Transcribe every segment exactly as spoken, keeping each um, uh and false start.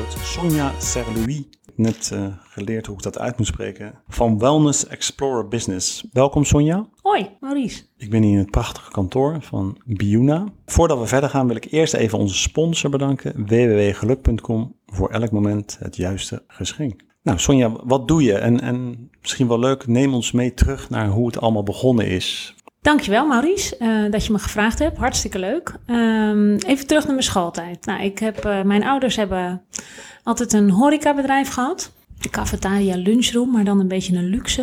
met Sonja Serlouy. Net uh, geleerd hoe ik dat uit moet spreken. Van Wellness Explorer Business. Welkom Sonja. Hoi, Maurice. Ik ben hier in het prachtige kantoor van Biuna. Voordat we verder gaan wil ik eerst even onze sponsor bedanken. w w w punt geluk punt com. Voor elk moment het juiste geschenk. Nou Sonja, wat doe je? En, en misschien wel leuk, neem ons mee terug naar hoe het allemaal begonnen is. Dankjewel Maurice, uh, dat je me gevraagd hebt. Hartstikke leuk. Um, even terug naar mijn schooltijd. Nou, ik heb, uh, mijn ouders hebben altijd een horecabedrijf gehad. Cafetaria lunchroom, maar dan een beetje een luxe.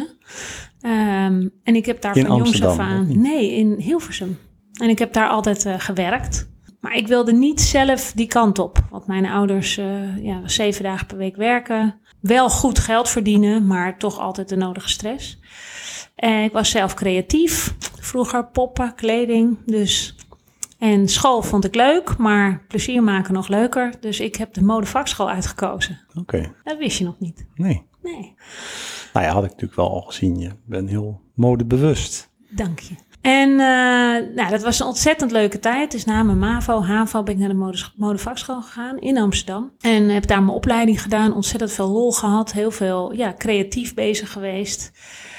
Um, en ik heb daar in van jongs af aan... Nee, in Hilversum. En ik heb daar altijd uh, gewerkt. Maar ik wilde niet zelf die kant op. Want mijn ouders uh, ja, zeven dagen per week werken. Wel goed geld verdienen, maar toch altijd de nodige stress. En ik was zelf creatief. Vroeger poppen, kleding. Dus. En school vond ik leuk, maar plezier maken nog leuker. Dus ik heb de modevakschool uitgekozen. Oké. Okay. Dat wist je nog niet. Nee. Nee. Nou ja, had ik natuurlijk wel al gezien. Je bent heel modebewust. Dank je. En uh, nou, dat was een ontzettend leuke tijd. Dus na mijn MAVO, HAVO ben ik naar de mode, modevakschool gegaan in Amsterdam. En heb daar mijn opleiding gedaan. Ontzettend veel lol gehad. Heel veel ja, creatief bezig geweest.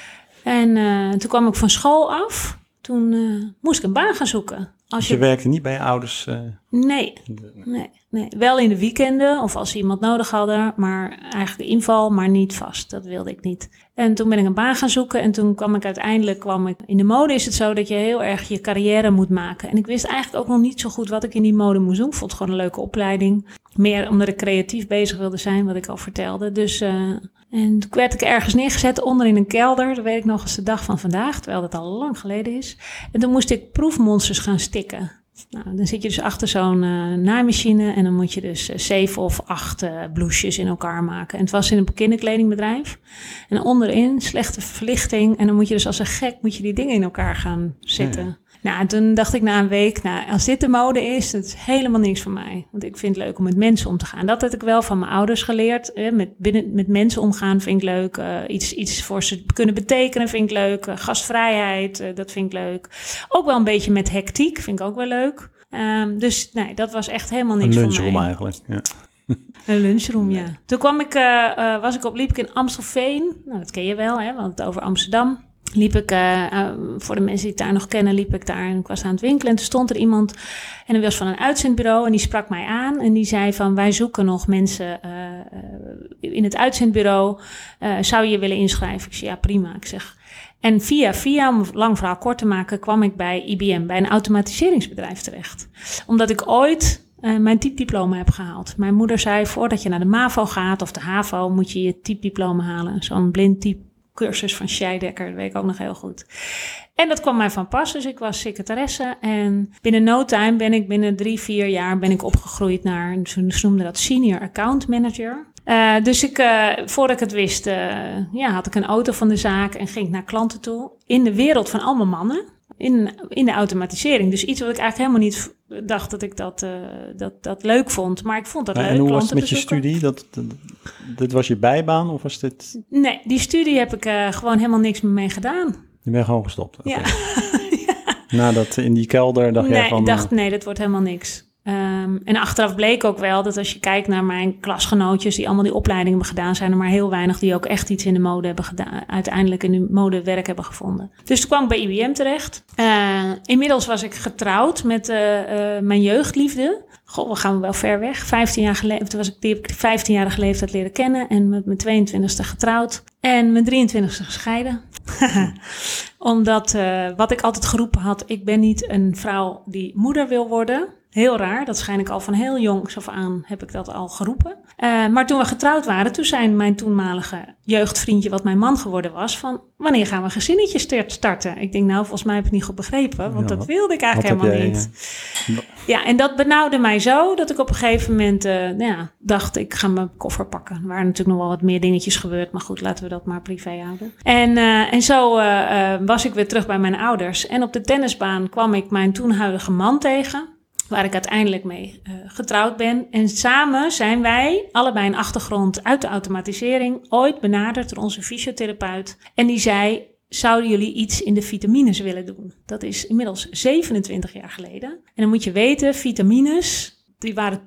En uh, toen kwam ik van school af. Toen uh, moest ik een baan gaan zoeken. Als je, je werkte niet bij je ouders? Uh... Nee, nee, nee, wel in de weekenden of als ze iemand nodig hadden. Maar eigenlijk inval, maar niet vast. Dat wilde ik niet. En toen ben ik een baan gaan zoeken. En toen kwam ik uiteindelijk... kwam ik in de mode is het zo dat je heel erg je carrière moet maken. En ik wist eigenlijk ook nog niet zo goed wat ik in die mode moest doen. Ik vond het gewoon een leuke opleiding. Meer omdat ik creatief bezig wilde zijn, wat ik al vertelde. Dus... Uh, En toen werd ik ergens neergezet onder in een kelder. Dat weet ik nog als de dag van vandaag, terwijl dat al lang geleden is. En toen moest ik proefmonsters gaan stikken. Nou, dan zit je dus achter zo'n uh, naaimachine en dan moet je dus uh, zeven of acht uh, blouses in elkaar maken. En het was in een kinderkledingbedrijf. En onderin slechte verlichting. En dan moet je dus als een gek moet je die dingen in elkaar gaan zetten. Ja. Nou, toen dacht ik na een week, nou, als dit de mode is, dat is helemaal niks voor mij. Want ik vind het leuk om met mensen om te gaan. Dat had ik wel van mijn ouders geleerd. Eh, met, binnen, met mensen omgaan vind ik leuk. Uh, iets, iets voor ze kunnen betekenen vind ik leuk. Uh, gastvrijheid, uh, dat vind ik leuk. Ook wel een beetje met hectiek, vind ik ook wel leuk. Um, dus nee, dat was echt helemaal niks voor mij. Een lunchroom eigenlijk, ja. Een lunchroom, ja. Toen kwam ik, uh, uh, was ik op, liep ik in Amstelveen. Nou, dat ken je wel, hè, want het over Amsterdam. Liep ik, uh, uh, voor de mensen die het daar nog kennen, liep ik daar en ik was aan het winkelen. En toen stond er iemand en die was van een uitzendbureau en die sprak mij aan. En die zei van, wij zoeken nog mensen uh, uh, in het uitzendbureau. Uh, zou je je willen inschrijven? Ik zei, ja prima. Ik zeg, en via via, om lang verhaal kort te maken, kwam ik bij I B M, bij een automatiseringsbedrijf terecht. Omdat ik ooit... Uh, mijn typediploma heb gehaald. Mijn moeder zei, voordat je naar de MAVO gaat of de HAVO, moet je je typediploma halen. Zo'n blind type cursus van Scheidecker, dat weet ik ook nog heel goed. En dat kwam mij van pas, dus ik was secretaresse. En binnen no time ben ik, binnen drie, vier jaar ben ik opgegroeid naar, ze noemden dat senior account manager. Uh, dus ik, uh, voordat ik het wist, uh, ja, had ik een auto van de zaak en ging ik naar klanten toe. In de wereld van allemaal mannen. In, in de automatisering. Dus iets wat ik eigenlijk helemaal niet dacht dat ik dat, uh, dat, dat leuk vond. Maar ik vond dat ja, leuk. En hoe was het met je studie? Dat, dat, dit was je bijbaan of was dit... Nee, die studie heb ik uh, gewoon helemaal niks meer mee gedaan. Je bent gewoon gestopt? Okay. Ja. ja. Nadat in die kelder dacht nee, jij van... Nee, ik dacht nee, dat wordt helemaal niks. Um, en achteraf bleek ook wel dat als je kijkt naar mijn klasgenootjes die allemaal die opleidingen hebben gedaan, zijn er maar heel weinig die ook echt iets in de mode hebben gedaan, uiteindelijk in de mode werk hebben gevonden. Dus toen kwam ik bij I B M terecht. Uh, inmiddels was ik getrouwd met uh, uh, mijn jeugdliefde. Goh, we gaan wel ver weg. vijftien jaar geleden, toen was ik die vijftienjarige leeftijd leren kennen en met mijn tweeëntwintigste getrouwd en mijn drieëntwintigste gescheiden. Omdat uh, wat ik altijd geroepen had, ik ben niet een vrouw die moeder wil worden. Heel raar, dat schijn ik al van heel jongs af aan heb ik dat al geroepen. Uh, maar toen we getrouwd waren, toen zei mijn toenmalige jeugdvriendje, wat mijn man geworden was, van wanneer gaan we een gezinnetje starten? Ik denk, nou, volgens mij heb ik het niet goed begrepen, want ja, dat wilde ik eigenlijk helemaal jij, niet. Ja. ja, en dat benauwde mij zo, dat ik op een gegeven moment uh, nou ja, dacht, ik ga mijn koffer pakken. Er waren natuurlijk nog wel wat meer dingetjes gebeurd, maar goed, laten we dat maar privé houden. En, uh, en zo uh, uh, was ik weer terug bij mijn ouders. En op de tennisbaan kwam ik mijn toenhuidige man tegen, waar ik uiteindelijk mee uh, getrouwd ben. En samen zijn wij, allebei een achtergrond uit de automatisering, ooit benaderd door onze fysiotherapeut. En die zei, zouden jullie iets in de vitamines willen doen? Dat is inmiddels zevenentwintig jaar geleden. En dan moet je weten, vitamines, die waren toen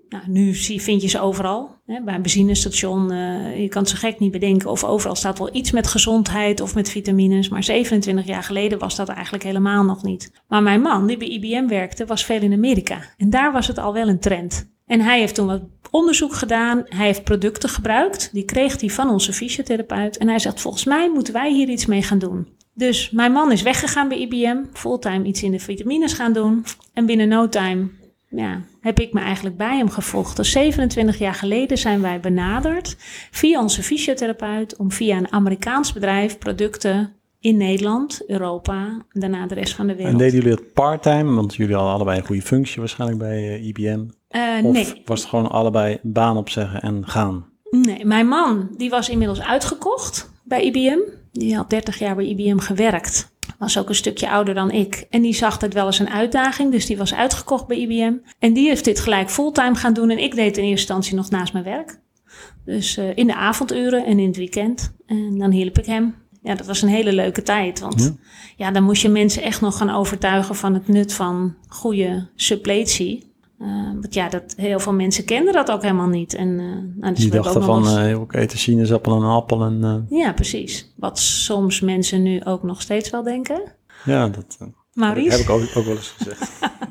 Nou, nu zie, vind je ze overal. Hè, bij een benzinestation, uh, je kan het zo gek niet bedenken. Of overal staat wel iets met gezondheid of met vitamines. Maar zevenentwintig jaar geleden was dat eigenlijk helemaal nog niet. Maar mijn man, die bij I B M werkte, was veel in Amerika. En daar was het al wel een trend. En hij heeft toen wat onderzoek gedaan. Hij heeft producten gebruikt. Die kreeg hij van onze fysiotherapeut. En hij zegt, volgens mij moeten wij hier iets mee gaan doen. Dus mijn man is weggegaan bij I B M. Fulltime iets in de vitamines gaan doen. En binnen no time... Ja, heb ik me eigenlijk bij hem gevolgd. Dus zevenentwintig jaar geleden zijn wij benaderd via onze fysiotherapeut om via een Amerikaans bedrijf producten in Nederland, Europa en daarna de rest van de wereld. En deden jullie het part-time? Want jullie hadden allebei een goede functie waarschijnlijk bij uh, I B M. Uh, of nee. was het gewoon allebei baan opzeggen en gaan? Nee, mijn man die was inmiddels uitgekocht bij I B M. Die had dertig jaar bij I B M gewerkt. Was ook een stukje ouder dan ik. En die zag het wel als een uitdaging. Dus die was uitgekocht bij I B M. En die heeft dit gelijk fulltime gaan doen. En ik deed in eerste instantie nog naast mijn werk. Dus uh, in de avonduren en in het weekend. En dan hielp ik hem. Ja, dat was een hele leuke tijd. Want ja, ja dan moest je mensen echt nog gaan overtuigen van het nut van goede suppletie. Uh, want ja, dat, heel veel mensen kenden dat ook helemaal niet. En, uh, nou, dus die dachten van, eens... uh, ik eet een sinaasappel en een appel. En, uh... Ja, precies. Wat soms mensen nu ook nog steeds wel denken. Ja, dat uh, Maurice? heb ik ook, ook wel eens gezegd.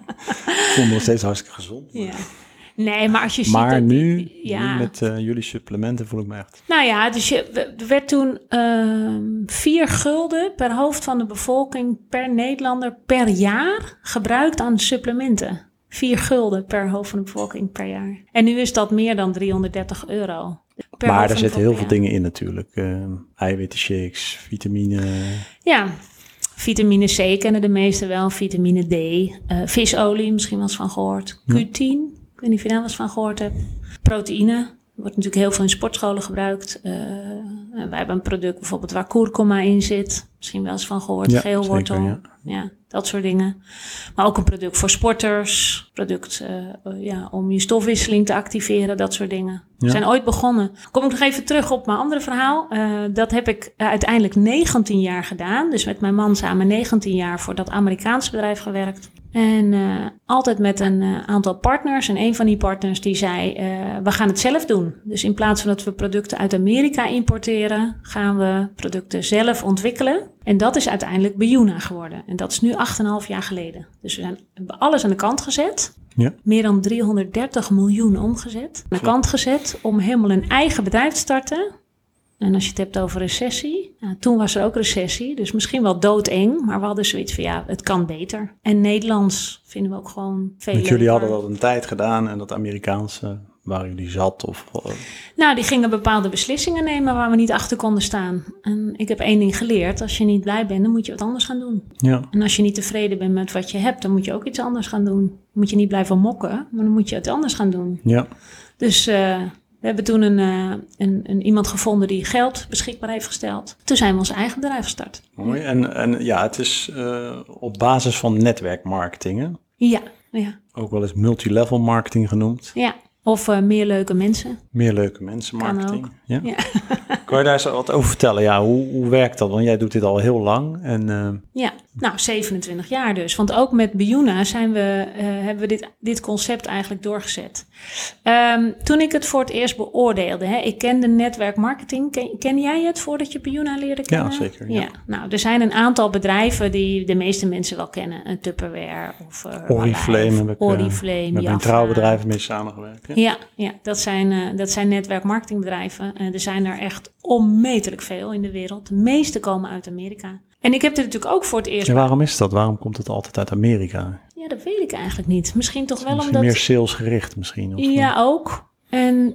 Ik voel me nog steeds hartstikke gezond. Maar... Ja. Nee, maar als je ziet... Maar dat nu, die, ja. nu met uh, jullie supplementen voel ik me echt... Nou ja, dus je, er werd toen uh, vier gulden per hoofd van de bevolking per Nederlander per jaar gebruikt aan supplementen. Vier gulden per hoofd van de bevolking per jaar. En nu is dat meer dan driehonderddertig euro. Per maar er zitten heel veel ja. dingen in natuurlijk. Uh, eiwitten shakes, vitamine... Ja, vitamine C kennen de meesten wel. Vitamine D. Uh, visolie, misschien wel eens van gehoord. Q tien, ik weet niet of je daar wel eens van gehoord hebt. Proteïne. Wordt natuurlijk heel veel in sportscholen gebruikt. Uh, wij hebben een product bijvoorbeeld waar kurkuma in zit. Misschien wel eens van gehoord. Ja, geelwortel. Zeker, ja. ja, dat soort dingen. Maar ook een product voor sporters. Product uh, uh, ja, om je stofwisseling te activeren. Dat soort dingen. Ja. We zijn ooit begonnen. Kom ik nog even terug op mijn andere verhaal. Uh, dat heb ik uh, uiteindelijk negentien jaar gedaan. Dus met mijn man samen negentien jaar voor dat Amerikaanse bedrijf gewerkt. En uh, altijd met een uh, aantal partners. En een van die partners die zei, uh, we gaan het zelf doen. Dus in plaats van dat we producten uit Amerika importeren, gaan we producten zelf ontwikkelen. En dat is uiteindelijk Biuna geworden. En dat is nu acht komma vijf jaar geleden. Dus we zijn, hebben alles aan de kant gezet. Ja. Meer dan driehonderddertig miljoen omgezet. Aan de kant gezet om helemaal een eigen bedrijf te starten. En als je het hebt over recessie, nou, toen was er ook recessie, dus misschien wel doodeng, maar we hadden zoiets van ja, het kan beter. En Nederlands vinden we ook gewoon veel leuker. Jullie hadden dat een tijd gedaan en dat Amerikaanse, waren jullie zat? Of... Nou, die gingen bepaalde beslissingen nemen waar we niet achter konden staan. En ik heb één ding geleerd, als je niet blij bent, dan moet je wat anders gaan doen. Ja. En als je niet tevreden bent met wat je hebt, dan moet je ook iets anders gaan doen. Dan moet je niet blijven mokken, maar dan moet je het anders gaan doen. Ja. Dus... Uh, We hebben toen een, uh, een, een iemand gevonden die geld beschikbaar heeft gesteld. Toen zijn we ons eigen bedrijf gestart. Mooi. En, en ja, het is uh, op basis van netwerkmarketing, hè? Ja, ja. Ook wel eens multilevel marketing genoemd. Ja, of uh, meer leuke mensen. Meer leuke mensen marketing. Ja. Ja. Kan je daar eens wat over vertellen? Ja, hoe, hoe werkt dat? Want jij doet dit al heel lang. En, uh... Ja, nou zevenentwintig jaar dus. Want ook met Biuna zijn we, uh, hebben we dit, dit concept eigenlijk doorgezet. Um, toen ik het voor het eerst beoordeelde, hè, ik kende netwerkmarketing. Ken, ken jij het voordat je Biuna leerde kennen? Ja, zeker. Ja. Ja. Nou, er zijn een aantal bedrijven die de meeste mensen wel kennen. Een Tupperware of uh, Oriflame heb ik Oriflame, met mijn trouwbedrijven mee samengewerkt. Ja, ja, ja dat, zijn, uh, dat zijn netwerkmarketingbedrijven. Uh, er zijn er echt onmetelijk veel in de wereld. De meeste komen uit Amerika. En ik heb dit natuurlijk ook voor het eerst... En waarom is dat? Waarom komt het altijd uit Amerika? Ja, dat weet ik eigenlijk niet. Misschien toch wel misschien omdat... meer salesgericht misschien? Of ja, ook. En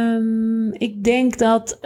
um, ik denk dat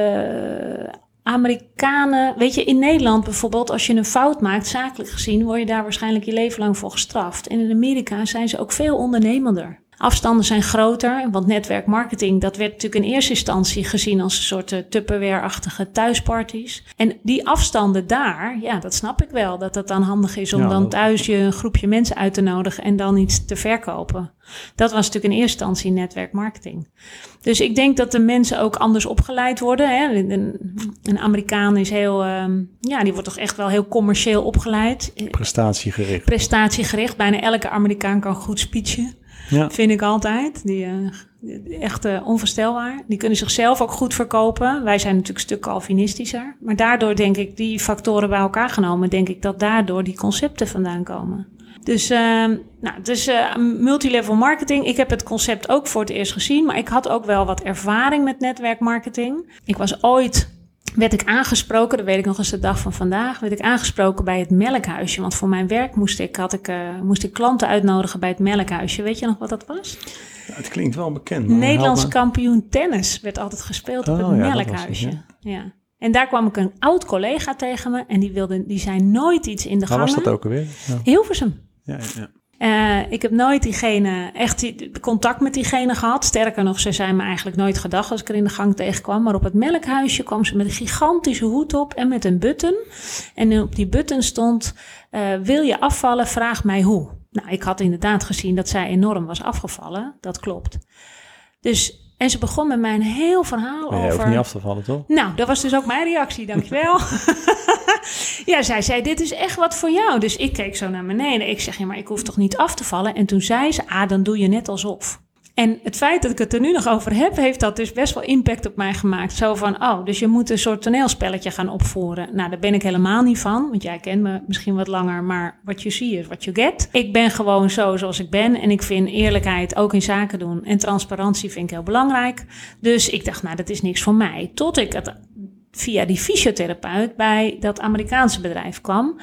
uh, Amerikanen... Weet je, in Nederland bijvoorbeeld, als je een fout maakt, zakelijk gezien, word je daar waarschijnlijk je leven lang voor gestraft. En in Amerika zijn ze ook veel ondernemender. Afstanden zijn groter, want netwerkmarketing, dat werd natuurlijk in eerste instantie gezien als een soort uh, Tupperware-achtige thuisparties. En die afstanden daar, ja, dat snap ik wel, dat het dan handig is om ja, dan thuis je een groepje mensen uit te nodigen en dan iets te verkopen. Dat was natuurlijk in eerste instantie netwerkmarketing. Dus ik denk dat de mensen ook anders opgeleid worden. Hè. Een, een Amerikaan is heel, um, ja, die wordt toch echt wel heel commercieel opgeleid. Prestatiegericht. Prestatiegericht. Bijna elke Amerikaan kan goed speechen. Ja. Vind ik altijd. Die, uh, echt uh, onvoorstelbaar. Die kunnen zichzelf ook goed verkopen. Wij zijn natuurlijk een stuk Calvinistischer. Maar daardoor denk ik, die factoren bij elkaar genomen, denk ik dat daardoor die concepten vandaan komen. Dus, uh, nou, dus uh, multilevel marketing. Ik heb het concept ook voor het eerst gezien. Maar ik had ook wel wat ervaring met netwerkmarketing. Ik was ooit... werd ik aangesproken, dat weet ik nog eens de dag van vandaag, werd ik aangesproken bij het Melkhuisje. Want voor mijn werk moest ik, had ik, uh, moest ik klanten uitnodigen bij het Melkhuisje. Weet je nog wat dat was? Ja, het klinkt wel bekend. Nederlands kampioen tennis werd altijd gespeeld op oh, het ja, Melkhuisje. Het, ja. ja. En daar kwam ik een oud collega tegen me en die, wilde, die zei nooit iets in de gangen. Waar was dat ook alweer? Ja. Hilversum. Ja, ja. Uh, ik heb nooit diegene, echt die, contact met diegene gehad. Sterker nog, ze zei me eigenlijk nooit gedag als ik er in de gang tegenkwam. Maar op het Melkhuisje kwam ze met een gigantische hoed op en met een button. En op die button stond, uh, wil je afvallen, vraag mij hoe. Nou, ik had inderdaad gezien dat zij enorm was afgevallen. Dat klopt. Dus... En ze begon met mij een heel verhaal maar over... Je hoeft niet af te vallen, toch? Nou, dat was dus ook mijn reactie, dankjewel. Ja, zij zei, dit is echt wat voor jou. Dus ik keek zo naar beneden. Ik zeg, ja, maar ik hoef toch niet af te vallen? En toen zei ze, ah, dan doe je net alsof. En het feit dat ik het er nu nog over heb, heeft dat dus best wel impact op mij gemaakt. Zo van, oh, dus je moet een soort toneelspelletje gaan opvoeren. Nou, daar ben ik helemaal niet van, want jij kent me misschien wat langer, maar what you see is what you get. Ik ben gewoon zo zoals ik ben en ik vind eerlijkheid ook in zaken doen en transparantie vind ik heel belangrijk. Dus ik dacht, nou, dat is niks voor mij. Tot ik het via die fysiotherapeut bij dat Amerikaanse bedrijf kwam.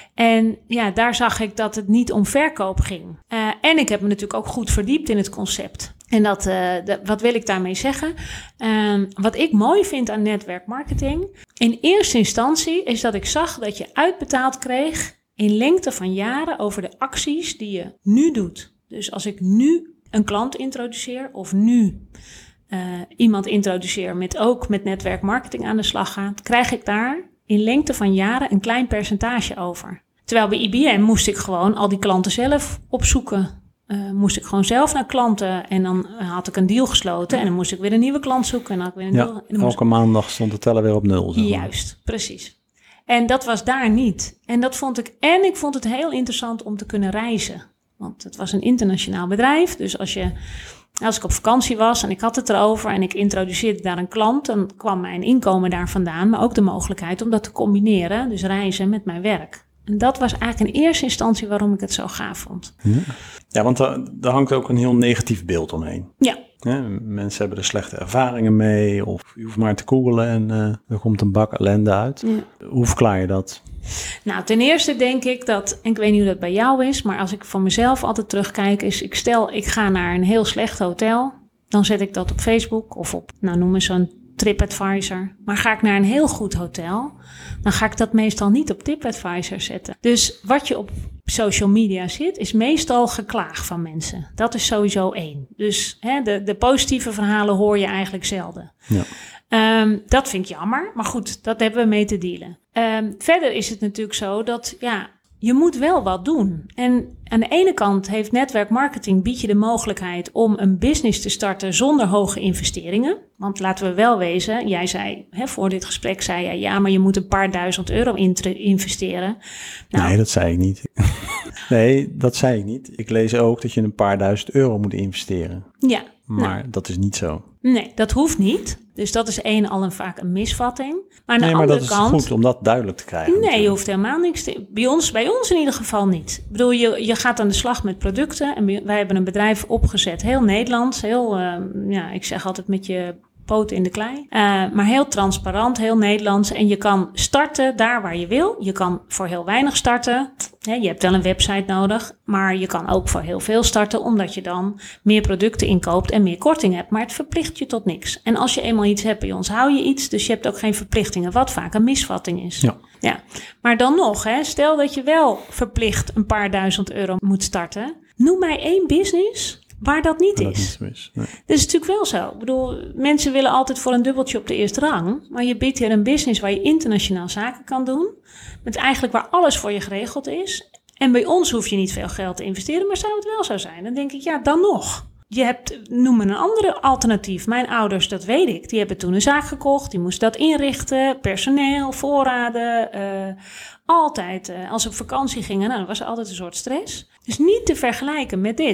En ja, daar zag ik dat het niet om verkoop ging. Uh, en ik heb me natuurlijk ook goed verdiept in het concept. En dat, uh, de, wat wil ik daarmee zeggen? Uh, wat ik mooi vind aan netwerkmarketing, in eerste instantie is dat ik zag dat je uitbetaald kreeg in lengte van jaren over de acties die je nu doet. Dus als ik nu een klant introduceer of nu uh, iemand introduceer met ook met netwerkmarketing aan de slag gaat, krijg ik daar in lengte van jaren een klein percentage over. Terwijl bij I B M moest ik gewoon al die klanten zelf opzoeken. Uh, moest ik gewoon zelf naar klanten en dan had ik een deal gesloten en dan moest ik weer een nieuwe klant zoeken. En dan had ik weer een ja, deal, en dan elke moest... maandag stond de teller weer op nul. Zeg maar. Juist, precies. En dat was daar niet. En dat vond ik, en ik vond het heel interessant om te kunnen reizen. Want het was een internationaal bedrijf, dus als je... Als ik op vakantie was en ik had het erover en ik introduceerde daar een klant, dan kwam mijn inkomen daar vandaan, maar ook de mogelijkheid om dat te combineren, dus reizen met mijn werk. En dat was eigenlijk in eerste instantie waarom ik het zo gaaf vond. Ja, ja want daar, daar hangt ook een heel negatief beeld omheen. Ja. Ja, mensen hebben er slechte ervaringen mee of je hoeft maar te googlen en uh, er komt een bak ellende uit. Ja. Hoe verklaar je dat? Nou, ten eerste denk ik dat, en ik weet niet hoe dat bij jou is, maar als ik van mezelf altijd terugkijk, is ik stel, ik ga naar een heel slecht hotel, dan zet ik dat op Facebook of op, nou noem eens zo'n TripAdvisor. Maar ga ik naar een heel goed hotel, dan ga ik dat meestal niet op TripAdvisor zetten. Dus wat je op social media ziet, is meestal geklaag van mensen. Dat is sowieso één. Dus hè, de, de positieve verhalen hoor je eigenlijk zelden. Ja. Um, dat vind ik jammer, maar goed, dat hebben we mee te dealen. Um, verder is het natuurlijk zo dat, ja, je moet wel wat doen. En aan de ene kant heeft netwerkmarketing biedt je de mogelijkheid om een business te starten zonder hoge investeringen. Want laten we wel wezen, jij zei, hè, voor dit gesprek zei jij, ja, maar je moet een paar duizend euro investeren. Nou, nee, dat zei ik niet. Nee, dat zei ik niet. Ik lees ook dat je een paar duizend euro moet investeren. Ja. Maar nou, dat is niet zo. Nee, dat hoeft niet. Dus dat is één al een, vaak een misvatting. Maar aan nee, de maar andere dat is kant, goed om dat duidelijk te krijgen. Nee, natuurlijk. je hoeft helemaal niks te... Bij ons, bij ons in ieder geval niet. Ik bedoel, je, je gaat aan de slag met producten. En wij hebben een bedrijf opgezet. Heel Nederlands. Heel, uh, ja, ik zeg altijd met je poten in de klei. Uh, maar heel transparant, heel Nederlands. En je kan starten daar waar je wil. Je kan voor heel weinig starten. Ja, je hebt wel een website nodig. Maar je kan ook voor heel veel starten. Omdat je dan meer producten inkoopt en meer korting hebt. Maar het verplicht je tot niks. En als je eenmaal iets hebt bij ons, hou je iets. Dus je hebt ook geen verplichtingen. Wat vaak een misvatting is. Ja. Ja. Maar dan nog, hè, stel dat je wel verplicht een paar duizend euro moet starten. Noem mij één business waar dat niet dat is. Niet is. Nee. Dat is natuurlijk wel zo. Ik bedoel, mensen willen altijd voor een dubbeltje op de eerste rang. Maar je biedt hier een business waar je internationaal zaken kan doen. Met eigenlijk waar alles voor je geregeld is. En bij ons hoef je niet veel geld te investeren. Maar zou het wel zo zijn? Dan denk ik, ja, dan nog. Je hebt, noem me een andere alternatief. Mijn ouders, dat weet ik. Die hebben toen een zaak gekocht. Die moesten dat inrichten. Personeel, voorraden. Uh, altijd. Uh, als ze op vakantie gingen, nou, dan was er altijd een soort stress. Dus niet te vergelijken met dit.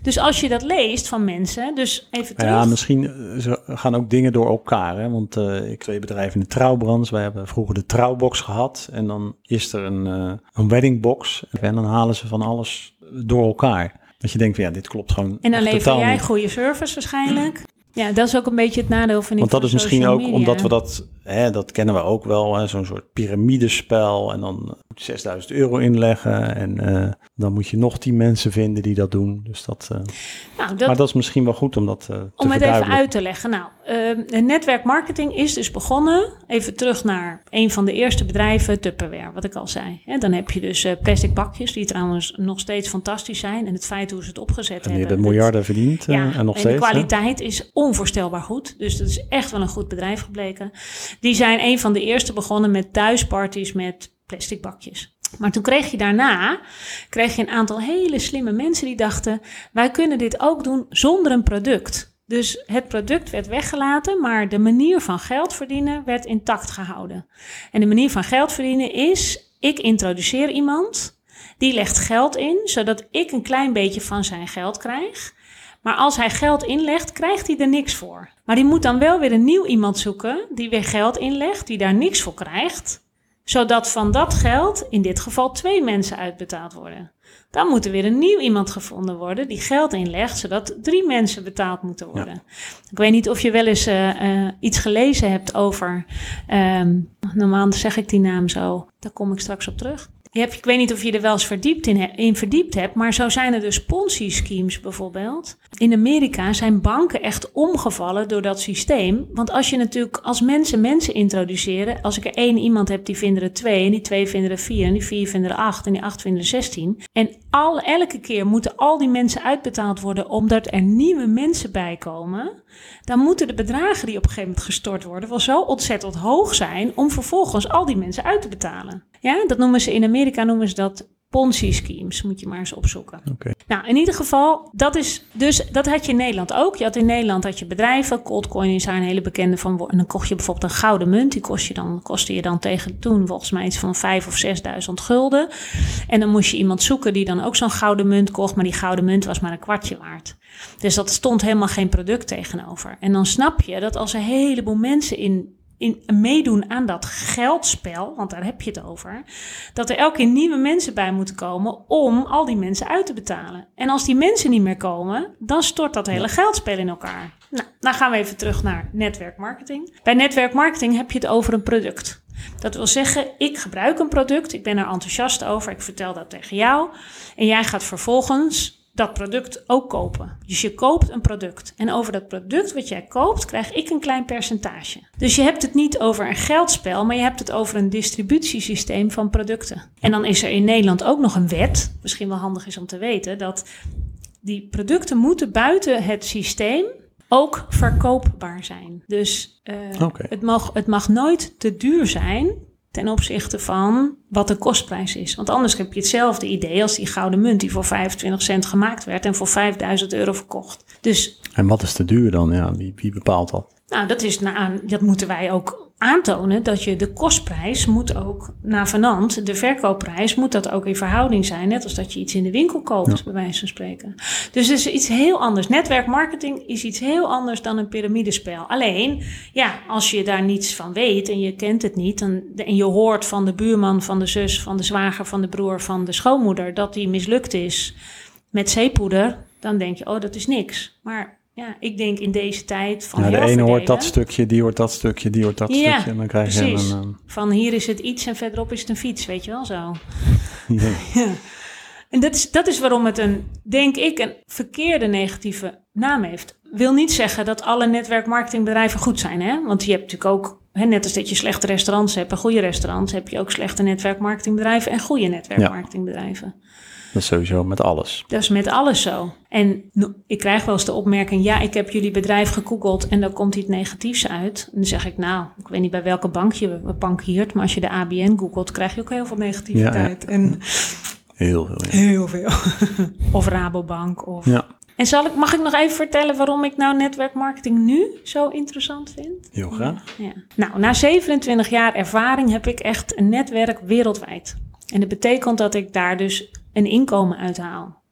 Dus als je dat leest van mensen, dus even terug. Ja, misschien ze gaan ook dingen door elkaar. Hè? Want uh, ik twee bedrijven in de trouwbranche. Wij hebben vroeger de trouwbox gehad. En dan is er een, uh, een weddingbox. En dan halen ze van alles door elkaar. Dat je denkt, van, ja, dit klopt gewoon. En dan lever jij niet. goede service waarschijnlijk. Ja, dat is ook een beetje het nadeel van Want dat is misschien ook media. omdat we dat, hè, dat kennen we ook wel, hè, zo'n soort piramidespel. En dan moet je zesduizend euro inleggen en uh, dan moet je nog tien mensen vinden die dat doen. Dus dat, uh, nou, dat, maar dat is misschien wel goed om dat uh, te Om het even uit te leggen. Nou, uh, netwerkmarketing is dus begonnen, even terug naar een van de eerste bedrijven, Tupperware, wat ik al zei. Hè, dan heb je dus uh, plastic bakjes, die trouwens nog steeds fantastisch zijn. En het feit hoe ze het opgezet en hebben. Die hebben miljarden het, verdiend uh, ja, en nog en steeds. de kwaliteit hè? is onvoorstelbaar goed. Dus dat is echt wel een goed bedrijf gebleken. Die zijn een van de eerste begonnen met thuisparties met plastic bakjes. Maar toen kreeg je daarna kreeg je een aantal hele slimme mensen die dachten, wij kunnen dit ook doen zonder een product. Dus het product werd weggelaten, maar de manier van geld verdienen werd intact gehouden. En de manier van geld verdienen is, ik introduceer iemand, die legt geld in, zodat ik een klein beetje van zijn geld krijg. Maar als hij geld inlegt, krijgt hij er niks voor. Maar die moet dan wel weer een nieuw iemand zoeken die weer geld inlegt, die daar niks voor krijgt. Zodat van dat geld in dit geval twee mensen uitbetaald worden. Dan moet er weer een nieuw iemand gevonden worden die geld inlegt, zodat drie mensen betaald moeten worden. Ja. Ik weet niet of je wel eens uh, uh, iets gelezen hebt over, um, normaal zeg ik die naam zo, daar kom ik straks op terug. Je hebt, ik weet niet of je er wel eens verdiept in, in verdiept hebt, maar zo zijn er dus Ponzi-schemes bijvoorbeeld. In Amerika zijn banken echt omgevallen door dat systeem. Want als je natuurlijk als mensen mensen introduceren, als ik er één iemand heb die vinden er twee, en die twee vinden er vier, en die vier vinden er acht, en die acht vinden er zestien. En al, elke keer moeten al die mensen uitbetaald worden omdat er nieuwe mensen bij komen. Dan moeten de bedragen die op een gegeven moment gestort worden wel zo ontzettend hoog zijn om vervolgens al die mensen uit te betalen. Ja, dat noemen ze in Amerika noemen ze dat Ponzi-schemes, moet je maar eens opzoeken. Okay. Nou, in ieder geval, dat is dus, dat had je in Nederland ook. Je had in Nederland had je bedrijven, Coldcoin is daar een hele bekende van. En dan kocht je bijvoorbeeld een gouden munt, die kost je dan, kostte je dan tegen toen volgens mij iets van vijf of zesduizend gulden. En dan moest je iemand zoeken die dan ook zo'n gouden munt kocht, maar die gouden munt was maar een kwartje waard. Dus dat stond helemaal geen product tegenover. En dan snap je dat als een heleboel mensen in In meedoen aan dat geldspel, want daar heb je het over, dat er elke keer nieuwe mensen bij moeten komen om al die mensen uit te betalen. En als die mensen niet meer komen, dan stort dat hele geldspel in elkaar. Nou, dan gaan we even terug naar netwerkmarketing. Bij netwerkmarketing heb je het over een product. Dat wil zeggen, ik gebruik een product, ik ben er enthousiast over, ik vertel dat tegen jou en jij gaat vervolgens dat product ook kopen. Dus je koopt een product. En over dat product wat jij koopt, krijg ik een klein percentage. Dus je hebt het niet over een geldspel, maar je hebt het over een distributiesysteem van producten. En dan is er in Nederland ook nog een wet, misschien wel handig is om te weten, dat die producten moeten buiten het systeem ook verkoopbaar zijn. Dus uh, okay. het, mag, het mag nooit te duur zijn ten opzichte van wat de kostprijs is. Want anders heb je hetzelfde idee als die gouden munt die voor vijfentwintig cent gemaakt werd en voor vijfduizend euro verkocht. Dus, en wat is te duur dan? Ja, wie, wie bepaalt dat? Nou, dat, is na, dat moeten wij ook aantonen, dat je de kostprijs moet ook navenant, de verkoopprijs moet dat ook in verhouding zijn, net als dat je iets in de winkel koopt, ja. bij wijze van spreken. Dus het is iets heel anders. Netwerkmarketing is iets heel anders dan een piramidespel. Alleen, ja, als je daar niets van weet en je kent het niet, dan, en je hoort van de buurman, van de zus, van de zwager, van de broer, van de schoonmoeder, dat die mislukt is met zeepoeder, dan denk je, oh, dat is niks. Maar ja, ik denk in deze tijd van ja, de ene verdelen, hoort dat stukje, die hoort dat stukje, die hoort dat ja, stukje. En dan krijg je precies. een... Um... Van hier is het iets en verderop is het een fiets, weet je wel zo. Ja. Ja. En dat is, dat is waarom het een, denk ik, een verkeerde negatieve naam heeft. Wil niet zeggen dat alle netwerkmarketingbedrijven goed zijn, hè? Want je hebt natuurlijk ook, hè, net als dat je slechte restaurants hebt en goede restaurants, heb je ook slechte netwerkmarketingbedrijven en goede netwerkmarketingbedrijven. Ja. Dat is sowieso met alles. Dat is met alles zo. En ik krijg wel eens de opmerking, ja, ik heb jullie bedrijf gegoogeld en daar komt iets negatiefs uit. En dan zeg ik, nou, ik weet niet bij welke bank je bankiert, maar als je de A B N googelt, krijg je ook heel veel negativiteit. Ja, ja. En heel veel. Ja. Heel veel. Of Rabobank. Of... Ja. En zal ik, mag ik nog even vertellen waarom ik nou netwerkmarketing nu zo interessant vind? Heel graag. Ja. Nou, na zevenentwintig jaar ervaring heb ik echt een netwerk wereldwijd. En dat betekent dat ik daar dus een inkomen uithaal.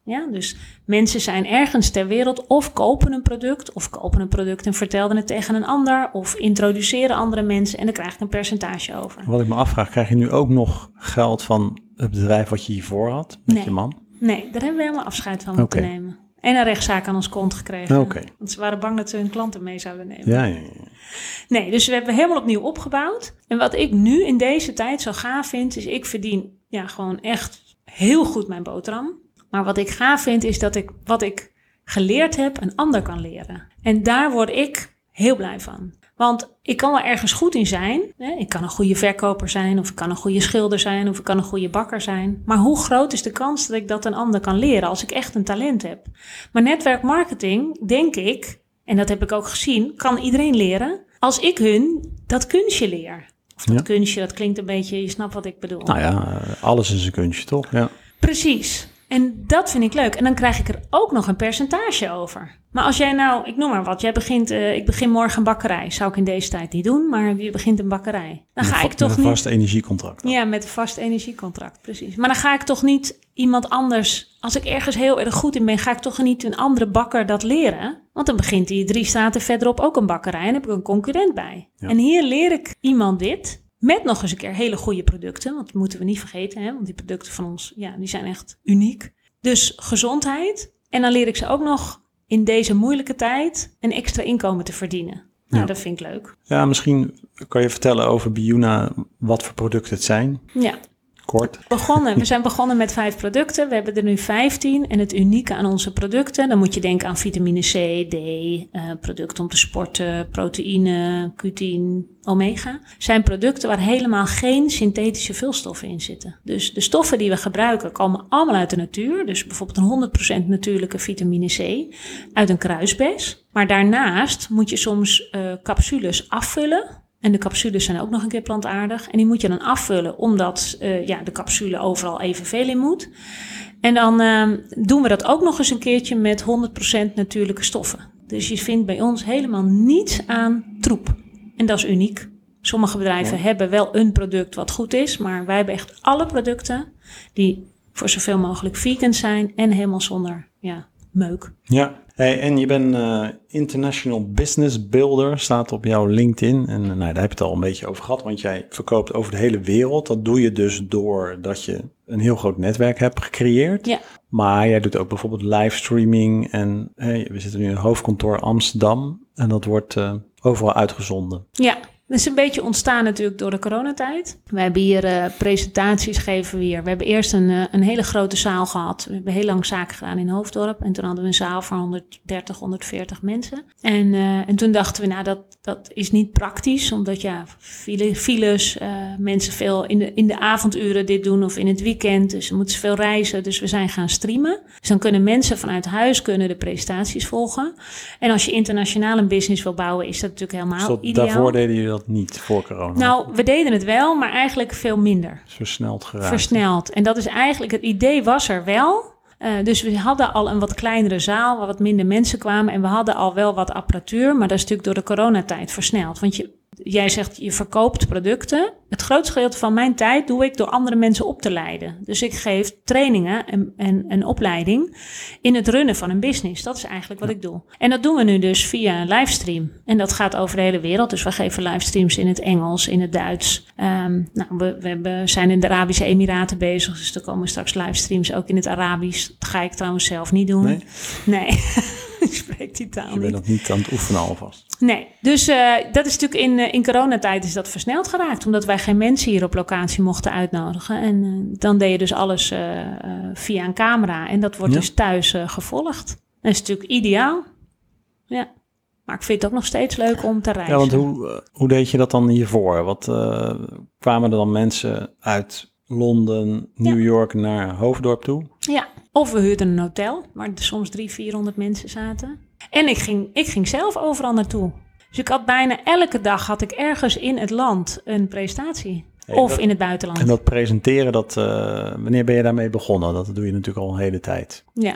Ja, dus mensen zijn ergens ter wereld of kopen een product... of kopen een product en vertelden het tegen een ander... of introduceren andere mensen en daar krijg ik een percentage over. Wat ik me afvraag, krijg je nu ook nog geld van het bedrijf wat je hiervoor had met nee. je man? Nee, daar hebben we helemaal afscheid van moeten okay. nemen. En een rechtszaak aan ons kont gekregen. Okay. Want ze waren bang dat ze hun klanten mee zouden nemen. Ja, ja, ja. Nee, dus we hebben helemaal opnieuw opgebouwd. En wat ik nu in deze tijd zo gaaf vind... is ik verdien ja, gewoon echt heel goed mijn boterham. Maar wat ik gaaf vind is dat ik wat ik geleerd heb... een ander kan leren. En daar word ik heel blij van. Want ik kan wel ergens goed in zijn. Ik kan een goede verkoper zijn, of ik kan een goede schilder zijn, of ik kan een goede bakker zijn. Maar hoe groot is de kans dat ik dat een ander kan leren als ik echt een talent heb? Maar netwerkmarketing, denk ik, en dat heb ik ook gezien, kan iedereen leren als ik hun dat kunstje leer. Of dat ja. kunstje, dat klinkt een beetje, je snapt wat ik bedoel. Nou ja, alles is een kunstje, toch? Ja. Precies. En dat vind ik leuk. En dan krijg ik er ook nog een percentage over. Maar als jij nou, ik noem maar wat, jij begint, uh, ik begin morgen een bakkerij. Zou ik in deze tijd niet doen, maar je begint een bakkerij. Dan ga met, ik toch met niet... een vast energiecontract. Dan. Ja, met een vast energiecontract, precies. Maar dan ga ik toch niet iemand anders... Als ik ergens heel erg goed in ben, ga ik toch niet een andere bakker dat leren? Want dan begint hij drie straten verderop ook een bakkerij en dan heb ik een concurrent bij. Ja. En hier leer ik iemand dit... Met nog eens een keer hele goede producten. Want dat moeten we niet vergeten. Hè? Want die producten van ons, ja, die zijn echt uniek. Dus gezondheid. En dan leer ik ze ook nog in deze moeilijke tijd een extra inkomen te verdienen. Nou, ja. Dat vind ik leuk. Ja, misschien kan je vertellen over Biyuna wat voor producten het zijn. Ja. Kort. Begonnen. We zijn begonnen met vijf producten. We hebben er nu vijftien. En het unieke aan onze producten, dan moet je denken aan vitamine C, D, uh, producten om te sporten, proteïne, Q tien, omega. Zijn producten waar helemaal geen synthetische vulstoffen in zitten. Dus de stoffen die we gebruiken komen allemaal uit de natuur. Dus bijvoorbeeld een honderd procent natuurlijke vitamine C uit een kruisbes. Maar daarnaast moet je soms uh, capsules afvullen. En de capsules zijn ook nog een keer plantaardig. En die moet je dan afvullen, omdat uh, ja, de capsule overal evenveel in moet. En dan uh, doen we dat ook nog eens een keertje met honderd procent natuurlijke stoffen. Dus je vindt bij ons helemaal niets aan troep. En dat is uniek. Sommige bedrijven ja. hebben wel een product wat goed is, maar wij hebben echt alle producten die voor zoveel mogelijk vegan zijn en helemaal zonder ja, meuk. Ja. Hey, en je bent uh, International Business Builder, staat op jouw LinkedIn. En uh, nou, daar heb je het al een beetje over gehad, want jij verkoopt over de hele wereld. Dat doe je dus doordat je een heel groot netwerk hebt gecreëerd. Ja. Maar jij doet ook bijvoorbeeld livestreaming. En hey, we zitten nu in een hoofdkantoor Amsterdam en dat wordt uh, overal uitgezonden. Ja. Dat is een beetje ontstaan natuurlijk door de coronatijd. We hebben hier uh, presentaties geven we hier. We hebben eerst een, uh, een hele grote zaal gehad. We hebben heel lang zaken gedaan in Hoofddorp. En toen hadden we een zaal van honderddertig, honderdveertig mensen. En, uh, en toen dachten we, nou dat, dat is niet praktisch. Omdat ja, file, files, uh, mensen veel in de, in de avonduren dit doen of in het weekend. Dus ze moeten veel reizen. Dus we zijn gaan streamen. Dus dan kunnen mensen vanuit huis kunnen de presentaties volgen. En als je internationaal een business wil bouwen, is dat natuurlijk helemaal dus dat, ideaal. Daarvoor deden jullie dat niet voor corona? Nou, we deden het wel, maar eigenlijk veel minder. Versneld geraakt. Versneld. En dat is eigenlijk, het idee was er wel. Uh, dus we hadden al een wat kleinere zaal, waar wat minder mensen kwamen. En we hadden al wel wat apparatuur, maar dat is natuurlijk door de coronatijd versneld. Want je, jij zegt, je verkoopt producten. Het grootste gedeelte van mijn tijd doe ik door andere mensen op te leiden. Dus ik geef trainingen en, en een opleiding in het runnen van een business. Dat is eigenlijk wat ja. ik doe. En dat doen we nu dus via een livestream. En dat gaat over de hele wereld. Dus we geven livestreams in het Engels, in het Duits. Um, nou, we, we hebben, zijn in de Arabische Emiraten bezig. Dus er komen straks livestreams ook in het Arabisch. Dat ga ik trouwens zelf niet doen. Nee? Nee. Ik spreek die taal dus je bent nog niet aan het oefenen alvast. Nee, dus uh, dat is natuurlijk in, uh, in coronatijd is dat versneld geraakt. Omdat wij geen mensen hier op locatie mochten uitnodigen. En uh, dan deed je dus alles uh, uh, via een camera. En dat wordt ja. dus thuis uh, gevolgd. Dat is natuurlijk ideaal. Ja. Maar ik vind het ook nog steeds leuk om te reizen. Ja, want hoe, uh, hoe deed je dat dan hiervoor? Wat uh, kwamen er dan mensen uit Londen, New ja. York naar Hoofddorp toe? Ja, of we huurden een hotel waar er soms driehonderd, vierhonderd mensen zaten. En ik ging, ik ging zelf overal naartoe. Dus ik had bijna elke dag had ik ergens in het land een presentatie. Hey, of dat, in het buitenland. En dat presenteren, dat, uh, wanneer ben je daarmee begonnen? Dat doe je natuurlijk al een hele tijd. Ja.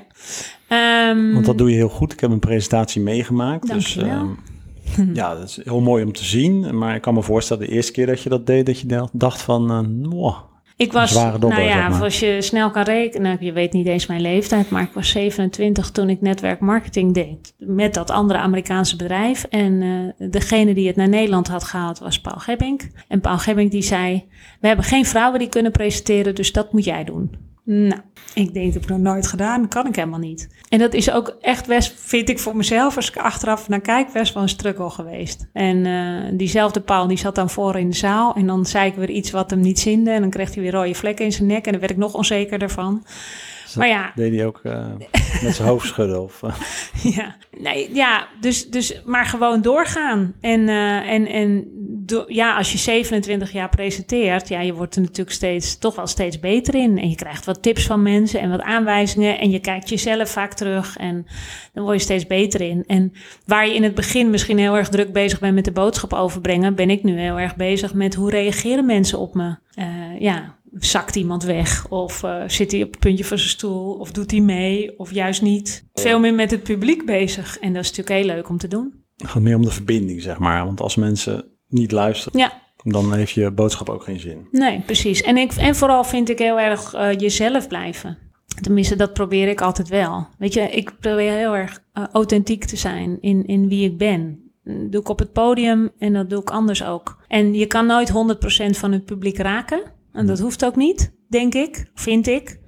Um, Want dat doe je heel goed. Ik heb een presentatie meegemaakt. Dankjewel. Dus, uh, ja, dat is heel mooi om te zien. Maar ik kan me voorstellen, de eerste keer dat je dat deed, dat je dacht van, uh, wow. Ik was, zware dobber, nou ja, zeg maar. als je snel kan rekenen, nou, je weet niet eens mijn leeftijd, maar ik was zevenentwintig toen ik netwerkmarketing deed met dat andere Amerikaanse bedrijf. En uh, degene die het naar Nederland had gehaald was Paul Gebbink. En Paul Gebbink die zei, we hebben geen vrouwen die kunnen presenteren, dus dat moet jij doen. Nou, ik denk, dat heb ik nog nooit gedaan, dat kan ik helemaal niet. En dat is ook echt best, vind ik voor mezelf, als ik achteraf naar kijk, best wel een struggle geweest. En uh, diezelfde Paul, die zat dan voor in de zaal en dan zei ik weer iets wat hem niet zinde en dan kreeg hij weer rode vlekken in zijn nek en dan werd ik nog onzekerder van. Maar ja. Deed hij ook uh, met zijn hoofd schudden? Of, uh. ja, nee, ja dus, dus maar gewoon doorgaan. En, uh, en, en do, ja, als je zevenentwintig jaar presenteert, ja, je wordt er natuurlijk steeds, toch wel steeds beter in. En je krijgt wat tips van mensen en wat aanwijzingen. En je kijkt jezelf vaak terug en dan word je steeds beter in. En waar je in het begin misschien heel erg druk bezig bent met de boodschap overbrengen, ben ik nu heel erg bezig met hoe reageren mensen op me. Uh, ja. Zakt iemand weg of uh, zit hij op het puntje van zijn stoel of doet hij mee of juist niet. Veel meer met het publiek bezig en dat is natuurlijk heel leuk om te doen. Het gaat meer om de verbinding, zeg maar. Want als mensen niet luisteren, ja. dan heeft je boodschap ook geen zin. Nee, precies. En, ik, en vooral vind ik heel erg uh, jezelf blijven. Tenminste, dat probeer ik altijd wel. Weet je, ik probeer heel erg uh, authentiek te zijn in, in wie ik ben. Dat doe ik op het podium en dat doe ik anders ook. En je kan nooit honderd procent van het publiek raken. En dat hoeft ook niet, denk ik, vind ik.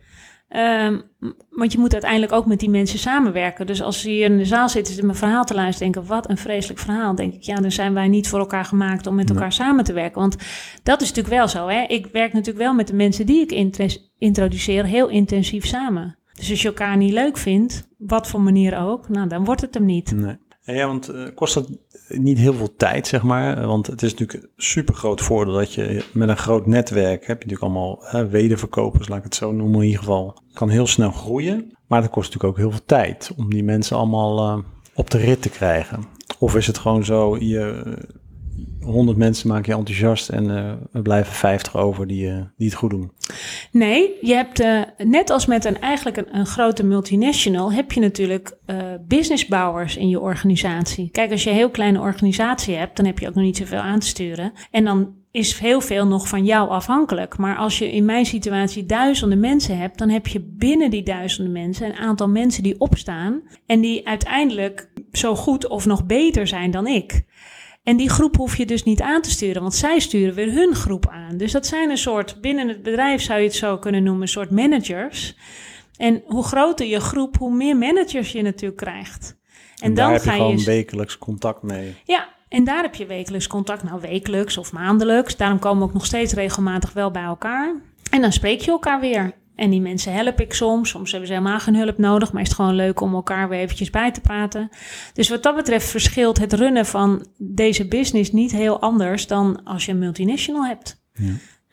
Um, want je moet uiteindelijk ook met die mensen samenwerken. Dus als ze hier in de zaal zitten en mijn verhaal te luisteren, denken, wat een vreselijk verhaal. denk ik, ja, dan zijn wij niet voor elkaar gemaakt om met elkaar nee. samen te werken. Want dat is natuurlijk wel zo, hè. Ik werk natuurlijk wel met de mensen die ik intres- introduceer heel intensief samen. Dus als je elkaar niet leuk vindt, wat voor manier ook, nou, dan wordt het hem niet. Nee. Ja, want uh, kost dat niet heel veel tijd, zeg maar? Want het is natuurlijk een super groot voordeel dat je met een groot netwerk, heb je natuurlijk allemaal uh, wederverkopers, laat ik het zo noemen in ieder geval, kan heel snel groeien. Maar dat kost natuurlijk ook heel veel tijd om die mensen allemaal uh, op de rit te krijgen. Of is het gewoon zo, je uh, honderd mensen maak je enthousiast en uh, er blijven vijftig over die, uh, die het goed doen? Nee, je hebt uh, net als met een, eigenlijk een, een grote multinational, heb je natuurlijk uh, businessbouwers in je organisatie. Kijk, als je een heel kleine organisatie hebt, dan heb je ook nog niet zoveel aan te sturen. En dan is heel veel nog van jou afhankelijk. Maar als je in mijn situatie duizenden mensen hebt, dan heb je binnen die duizenden mensen een aantal mensen die opstaan en die uiteindelijk zo goed of nog beter zijn dan ik. En die groep hoef je dus niet aan te sturen, want zij sturen weer hun groep aan. Dus dat zijn een soort, binnen het bedrijf zou je het zo kunnen noemen, een soort managers. En hoe groter je groep, hoe meer managers je natuurlijk krijgt. En, en daar dan heb je ga gewoon je wekelijks contact mee. Ja, en daar heb je wekelijks contact. Nou, wekelijks of maandelijks. Daarom komen we ook nog steeds regelmatig wel bij elkaar. En dan spreek je elkaar weer. En die mensen help ik soms. Soms hebben ze helemaal geen hulp nodig. Maar is het gewoon leuk om elkaar weer eventjes bij te praten. Dus wat dat betreft verschilt het runnen van deze business niet heel anders dan als je een multinational hebt. Ja.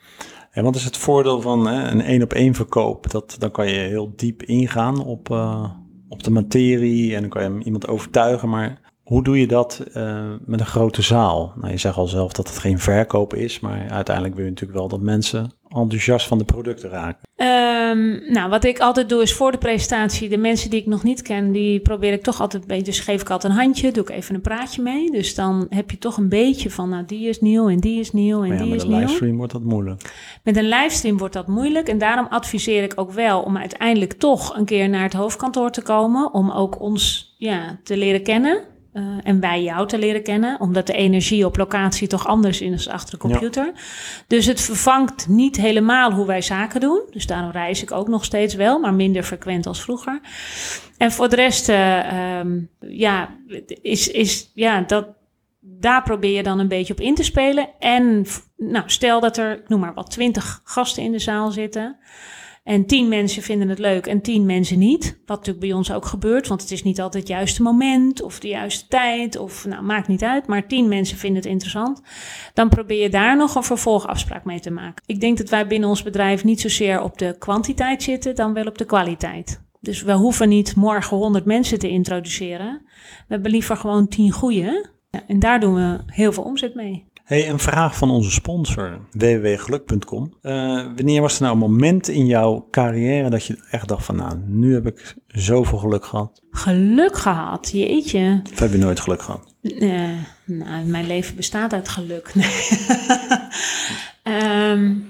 En wat is het voordeel van hè, een één op één verkoop? Dat, dan kan je heel diep ingaan op, uh, op de materie en dan kan je iemand overtuigen. Maar hoe doe je dat uh, met een grote zaal? Nou, je zegt al zelf dat het geen verkoop is, maar uiteindelijk wil je natuurlijk wel dat mensen enthousiast van de producten raken. Um, nou, wat ik altijd doe is voor de presentatie, de mensen die ik nog niet ken, die probeer ik toch altijd een beetje, dus geef ik altijd een handje, doe ik even een praatje mee. Dus dan heb je toch een beetje van, nou, die is nieuw en die is nieuw en maar ja, die is nieuw. Met een livestream wordt dat moeilijk. Met een livestream wordt dat moeilijk en daarom adviseer ik ook wel om uiteindelijk toch een keer naar het hoofdkantoor te komen, om ook ons ja, te leren kennen. Uh, en wij jou te leren kennen, omdat de energie op locatie toch anders is dan achter de computer. Ja. Dus het vervangt niet helemaal hoe wij zaken doen. Dus daarom reis ik ook nog steeds wel, maar minder frequent als vroeger. En voor de rest, uh, um, ja, is, is, ja dat, daar probeer je dan een beetje op in te spelen. En nou, stel dat er, ik noem maar wat, twintig gasten in de zaal zitten. En tien mensen vinden het leuk en tien mensen niet. Wat natuurlijk bij ons ook gebeurt, want het is niet altijd het juiste moment of de juiste tijd. Of nou, maakt niet uit, maar tien mensen vinden het interessant. Dan probeer je daar nog een vervolgafspraak mee te maken. Ik denk dat wij binnen ons bedrijf niet zozeer op de kwantiteit zitten, dan wel op de kwaliteit. Dus we hoeven niet morgen honderd mensen te introduceren. We hebben liever gewoon tien goeie. Ja, en daar doen we heel veel omzet mee. Hey, een vraag van onze sponsor, w w w punt geluk punt com. Uh, wanneer was er nou een moment in jouw carrière dat je echt dacht van, nou, nu heb ik zoveel geluk gehad? Geluk gehad, jeetje. Of heb je nooit geluk gehad? Uh, nou, mijn leven bestaat uit geluk. Nee. um,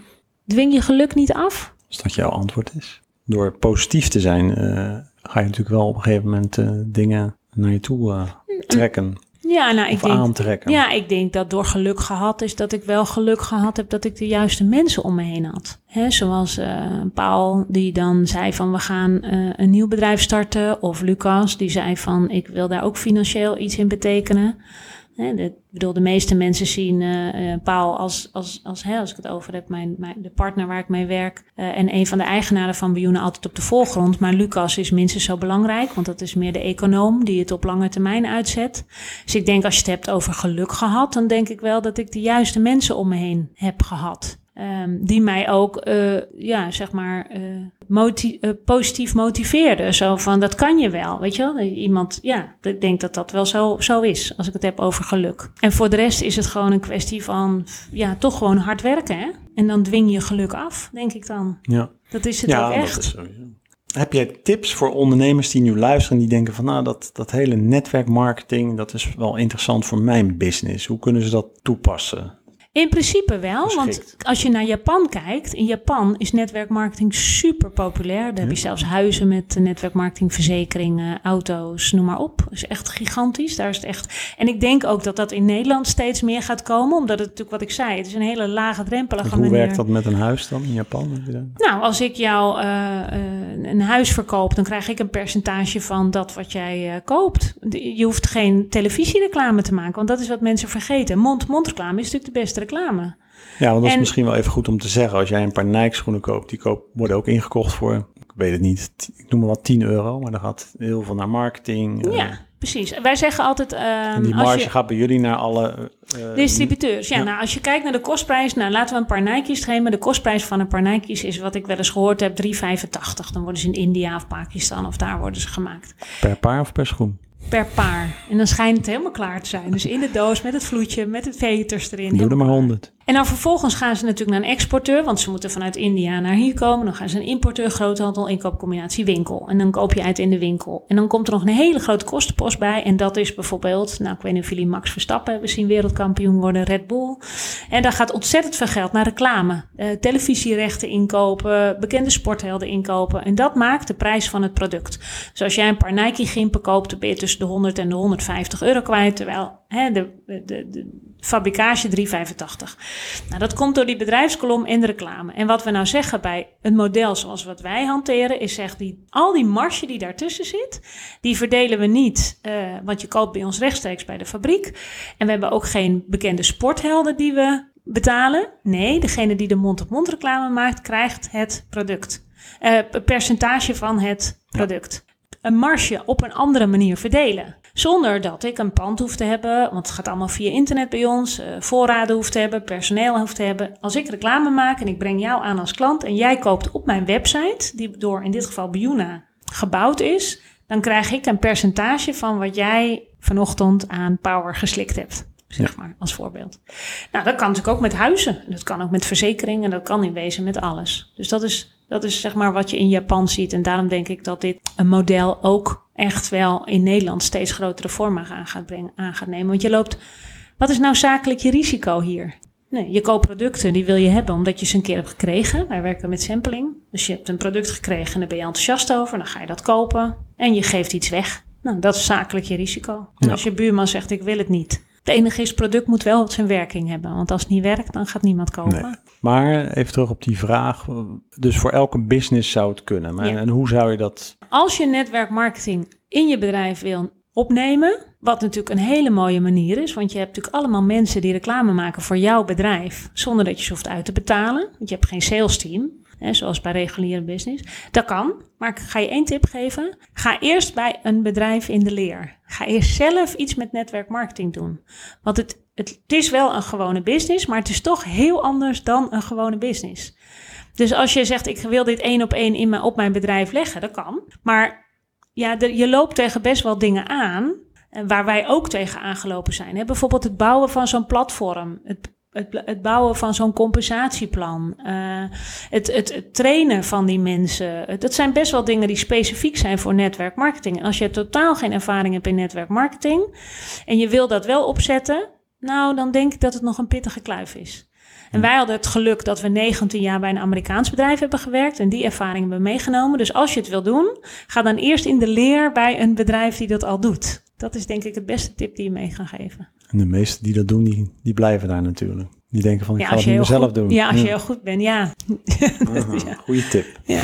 dwing je geluk niet af? Als dat jouw antwoord is. Door positief te zijn, uh, ga je natuurlijk wel op een gegeven moment uh, dingen naar je toe uh, trekken. Ja, nou, ik of denk, aantrekken. Ja, ik denk dat door geluk gehad is dat ik wel geluk gehad heb dat ik de juiste mensen om me heen had. He, zoals uh, Paul die dan zei van we gaan uh, een nieuw bedrijf starten. Of Lucas die zei van ik wil daar ook financieel iets in betekenen. He, de, ik bedoel, de meeste mensen zien uh, uh, Paul als, als, als, hè, als ik het over heb, mijn, mijn, de partner waar ik mee werk. Uh, en een van de eigenaren van Bioena altijd op de voorgrond. Maar Lucas is minstens zo belangrijk, want dat is meer de econoom die het op lange termijn uitzet. Dus ik denk als je het hebt over geluk gehad, dan denk ik wel dat ik de juiste mensen om me heen heb gehad. Um, die mij ook, uh, ja, zeg maar, uh, moti- uh, positief motiveerden. Zo van, dat kan je wel, weet je wel? Iemand, ja, ik denk dat dat wel zo, zo is, als ik het heb over geluk. En voor de rest is het gewoon een kwestie van, ja, toch gewoon hard werken, hè? En dan dwing je geluk af, denk ik dan. Ja. Dat is het ja, ook echt. Dat is zo, ja. Heb jij tips voor ondernemers die nu luisteren, die denken van, nou, dat, dat hele netwerkmarketing, dat is wel interessant voor mijn business. Hoe kunnen ze dat toepassen? In principe wel, Geschikt. Want als je naar Japan kijkt, in Japan is netwerkmarketing super populair. Daar ja. heb je zelfs huizen met netwerkmarketing, verzekeringen, auto's, noem maar op. Dat is echt gigantisch. Daar is het echt. En ik denk ook dat dat in Nederland steeds meer gaat komen, omdat het natuurlijk wat ik zei, het is een hele lage drempelige hoe manier. Hoe werkt dat met een huis dan in Japan? Nou, als ik jou uh, uh, een huis verkoop, dan krijg ik een percentage van dat wat jij uh, koopt. Je hoeft geen televisiereclame te maken, want dat is wat mensen vergeten. Mond-mond reclame is natuurlijk de beste reclame. Ja, want dat is en, misschien wel even goed om te zeggen. Als jij een paar Nike schoenen koopt, die koop, worden ook ingekocht voor, ik weet het niet, ik noem maar wat tien euro. Maar dan gaat heel veel naar marketing. Ja, uh, precies. Wij zeggen altijd... Uh, en die marge als je, gaat bij jullie naar alle... Uh, distributeurs. Ja, ja, nou als je kijkt naar de kostprijs, nou laten we een paar Nike's nemen. De kostprijs van een paar Nike's is wat ik wel eens gehoord heb, drie vijfentachtig. Dan worden ze in India of Pakistan of daar worden ze gemaakt. Per paar of per schoen? Per paar. En dan schijnt het helemaal klaar te zijn. Dus in de doos met het vloedje, met het veters erin. Doe er maar honderd. En dan vervolgens gaan ze natuurlijk naar een exporteur, want ze moeten vanuit India naar hier komen. Dan gaan ze een importeur, groothandel, inkoopcombinatie, winkel. En dan koop je uit in de winkel. En dan komt er nog een hele grote kostenpost bij. En dat is bijvoorbeeld, nou ik weet niet of jullie Max Verstappen hebben zien wereldkampioen worden, Red Bull. En daar gaat ontzettend veel geld naar reclame. Uh, televisierechten inkopen, bekende sporthelden inkopen. En dat maakt de prijs van het product. Dus als jij een paar Nike gimpen koopt, dan ben je tussen de honderd en de honderdvijftig euro kwijt. Terwijl hè, de, de, de, de fabricage drie vijfentachtig. Nou, dat komt door die bedrijfskolom en de reclame. En wat we nou zeggen bij een model zoals wat wij hanteren, is zeg die, al die marge die daartussen zit, die verdelen we niet, uh, want je koopt bij ons rechtstreeks bij de fabriek. En we hebben ook geen bekende sporthelden die we betalen. Nee, degene die de mond-op-mond reclame maakt, krijgt het product. Uh, een percentage van het product. Een marge op een andere manier verdelen. Zonder dat ik een pand hoef te hebben, want het gaat allemaal via internet bij ons, uh, voorraden hoef te hebben, personeel hoef te hebben. Als ik reclame maak en ik breng jou aan als klant en jij koopt op mijn website, die door in dit geval Bioena gebouwd is, dan krijg ik een percentage van wat jij vanochtend aan power geslikt hebt. Zeg ja. maar, als voorbeeld. Nou, dat kan natuurlijk ook met huizen. Dat kan ook met verzekeringen. Dat kan in wezen met alles. Dus dat is, dat is zeg maar wat je in Japan ziet. En daarom denk ik dat dit een model ook echt wel in Nederland steeds grotere vormen aan gaat, brengen, aan gaat nemen. Want je loopt... Wat is nou zakelijk je risico hier? Nee, je koopt producten, die wil je hebben omdat je ze een keer hebt gekregen. Wij werken met sampling. Dus je hebt een product gekregen en daar ben je enthousiast over. Dan ga je dat kopen en je geeft iets weg. Nou, dat is zakelijk je risico. En ja. als je buurman zegt, ik wil het niet. Het enige is, het product moet wel zijn werking hebben. Want als het niet werkt, dan gaat niemand kopen. Nee. Maar even terug op die vraag. Dus voor elke business zou het kunnen. Maar ja. En hoe zou je dat... Als je netwerkmarketing in je bedrijf wil opnemen, wat natuurlijk een hele mooie manier is. Want je hebt natuurlijk allemaal mensen die reclame maken voor jouw bedrijf. Zonder dat je ze hoeft uit te betalen. Want je hebt geen sales team. Hè, zoals bij reguliere business. Dat kan, maar ik ga je één tip geven. Ga eerst bij een bedrijf in de leer. Ga eerst zelf iets met netwerkmarketing doen. Want het, het, het is wel een gewone business, maar het is toch heel anders dan een gewone business. Dus als je zegt, ik wil dit één op één in mijn, op mijn bedrijf leggen, dat kan. Maar ja, de, je loopt tegen best wel dingen aan, waar wij ook tegen aangelopen zijn. Hè? Bijvoorbeeld het bouwen van zo'n platform, het Het, het bouwen van zo'n compensatieplan. Uh, het, het, het trainen van die mensen. Dat zijn best wel dingen die specifiek zijn voor netwerkmarketing. En als je totaal geen ervaring hebt in netwerkmarketing en je wil dat wel opzetten, nou, dan denk ik dat het nog een pittige kluif is. En wij hadden het geluk dat we negentien jaar bij een Amerikaans bedrijf hebben gewerkt en die ervaring hebben we meegenomen. Dus als je het wil doen, ga dan eerst in de leer bij een bedrijf die dat al doet. Dat is denk ik het beste tip die je mee kan geven. En de meesten die dat doen, die, die blijven daar natuurlijk. Die denken van, ik ja, ga het niet mezelf goed, doen. Ja, als ja. je heel goed bent, ja. Aha, ja. Goeie tip. Ja.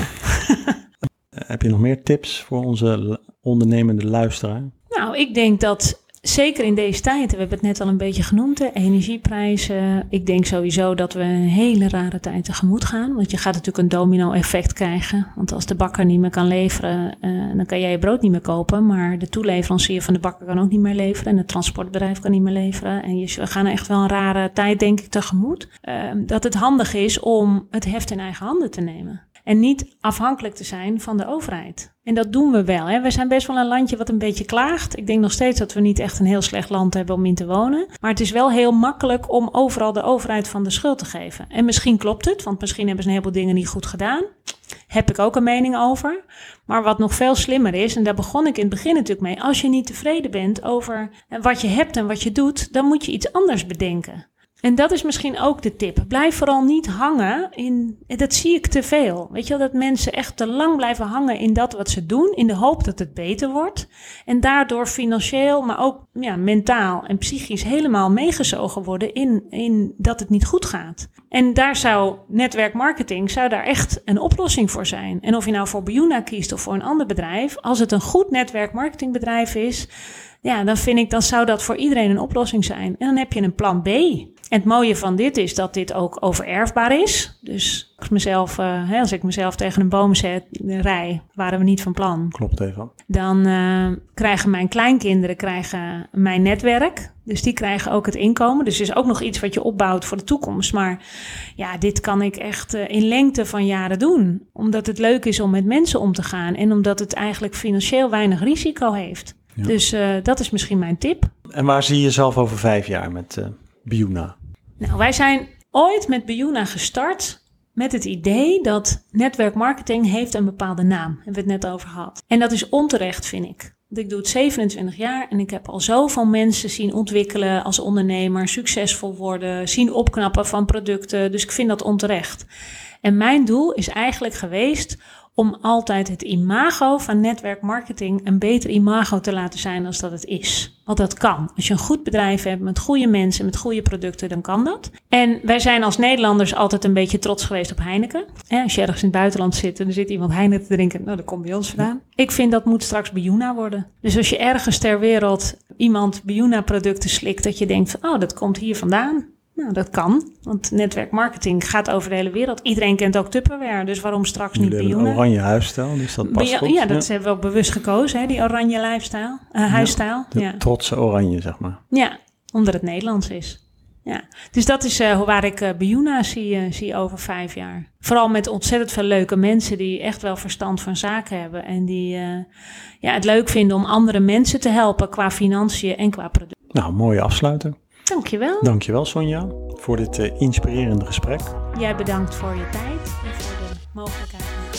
Heb je nog meer tips voor onze ondernemende luisteraar? Nou, ik denk dat zeker in deze tijd, we hebben het net al een beetje genoemd, hè, energieprijzen. Ik denk sowieso dat we een hele rare tijd tegemoet gaan. Want je gaat natuurlijk een domino-effect krijgen. Want als de bakker niet meer kan leveren, uh, dan kan jij je brood niet meer kopen. Maar de toeleverancier van de bakker kan ook niet meer leveren. En het transportbedrijf kan niet meer leveren. En je, we gaan echt wel een rare tijd, denk ik, tegemoet. Uh, dat het handig is om het heft in eigen handen te nemen. En niet afhankelijk te zijn van de overheid. En dat doen we wel. Hè. We zijn best wel een landje wat een beetje klaagt. Ik denk nog steeds dat we niet echt een heel slecht land hebben om in te wonen. Maar het is wel heel makkelijk om overal de overheid van de schuld te geven. En misschien klopt het, want misschien hebben ze een heleboel dingen niet goed gedaan. Heb ik ook een mening over. Maar wat nog veel slimmer is, en daar begon ik in het begin natuurlijk mee. Als je niet tevreden bent over wat je hebt en wat je doet, dan moet je iets anders bedenken. En dat is misschien ook de tip. Blijf vooral niet hangen in, dat zie ik te veel. Weet je wel, dat mensen echt te lang blijven hangen in dat wat ze doen, in de hoop dat het beter wordt. En daardoor financieel, maar ook ja, mentaal en psychisch helemaal meegezogen worden in, in dat het niet goed gaat. En daar zou netwerkmarketing, zou daar echt een oplossing voor zijn. En of je nou voor Biouna kiest of voor een ander bedrijf, als het een goed netwerkmarketingbedrijf is, ja, dan vind ik, dan zou dat voor iedereen een oplossing zijn. En dan heb je een plan B. En het mooie van dit is dat dit ook overerfbaar is. Dus als, mezelf, uh, hè, als ik mezelf tegen een boom zet, rij, waren we niet van plan. Klopt even. Dan uh, krijgen mijn kleinkinderen krijgen mijn netwerk. Dus die krijgen ook het inkomen. Dus het is ook nog iets wat je opbouwt voor de toekomst. Maar ja, dit kan ik echt uh, in lengte van jaren doen. Omdat het leuk is om met mensen om te gaan. En omdat het eigenlijk financieel weinig risico heeft. Ja. Dus uh, dat is misschien mijn tip. En waar zie je jezelf over vijf jaar met uh, Biouna? Nou, wij zijn ooit met Biouna gestart met het idee dat netwerkmarketing heeft een bepaalde naam. Hebben we het net over gehad. En dat is onterecht, vind ik. Want ik doe het zevenentwintig jaar en ik heb al zoveel mensen zien ontwikkelen als ondernemer, succesvol worden, zien opknappen van producten. Dus ik vind dat onterecht. En mijn doel is eigenlijk geweest om altijd het imago van netwerkmarketing een beter imago te laten zijn dan dat het is. Want dat kan. Als je een goed bedrijf hebt met goede mensen, met goede producten, dan kan dat. En wij zijn als Nederlanders altijd een beetje trots geweest op Heineken. En als je ergens in het buitenland zit en er zit iemand Heineken te drinken, nou, dat komt bij ons vandaan. Ik vind dat moet straks Biouna worden. Dus als je ergens ter wereld iemand Biouna producten slikt, dat je denkt, oh, dat komt hier vandaan. Nou, dat kan, want netwerkmarketing gaat over de hele wereld. Iedereen kent ook Tupperware, dus waarom straks niet Biouna? Een oranje huisstijl, dus dat past goed. Ja, dat ja. hebben we ook bewust gekozen, hè, die oranje lifestyle, uh, huisstijl. Ja, de ja. trotse oranje, zeg maar. Ja, omdat het Nederlands is. Ja. Dus dat is uh, waar ik uh, Biouna zie, uh, zie over vijf jaar. Vooral met ontzettend veel leuke mensen die echt wel verstand van zaken hebben. En die uh, ja, het leuk vinden om andere mensen te helpen qua financiën en qua producten. Nou, mooie afsluiter. Dankjewel. Dankjewel Sonja voor dit uh, inspirerende gesprek. Jij bedankt voor je tijd en voor de mogelijkheid.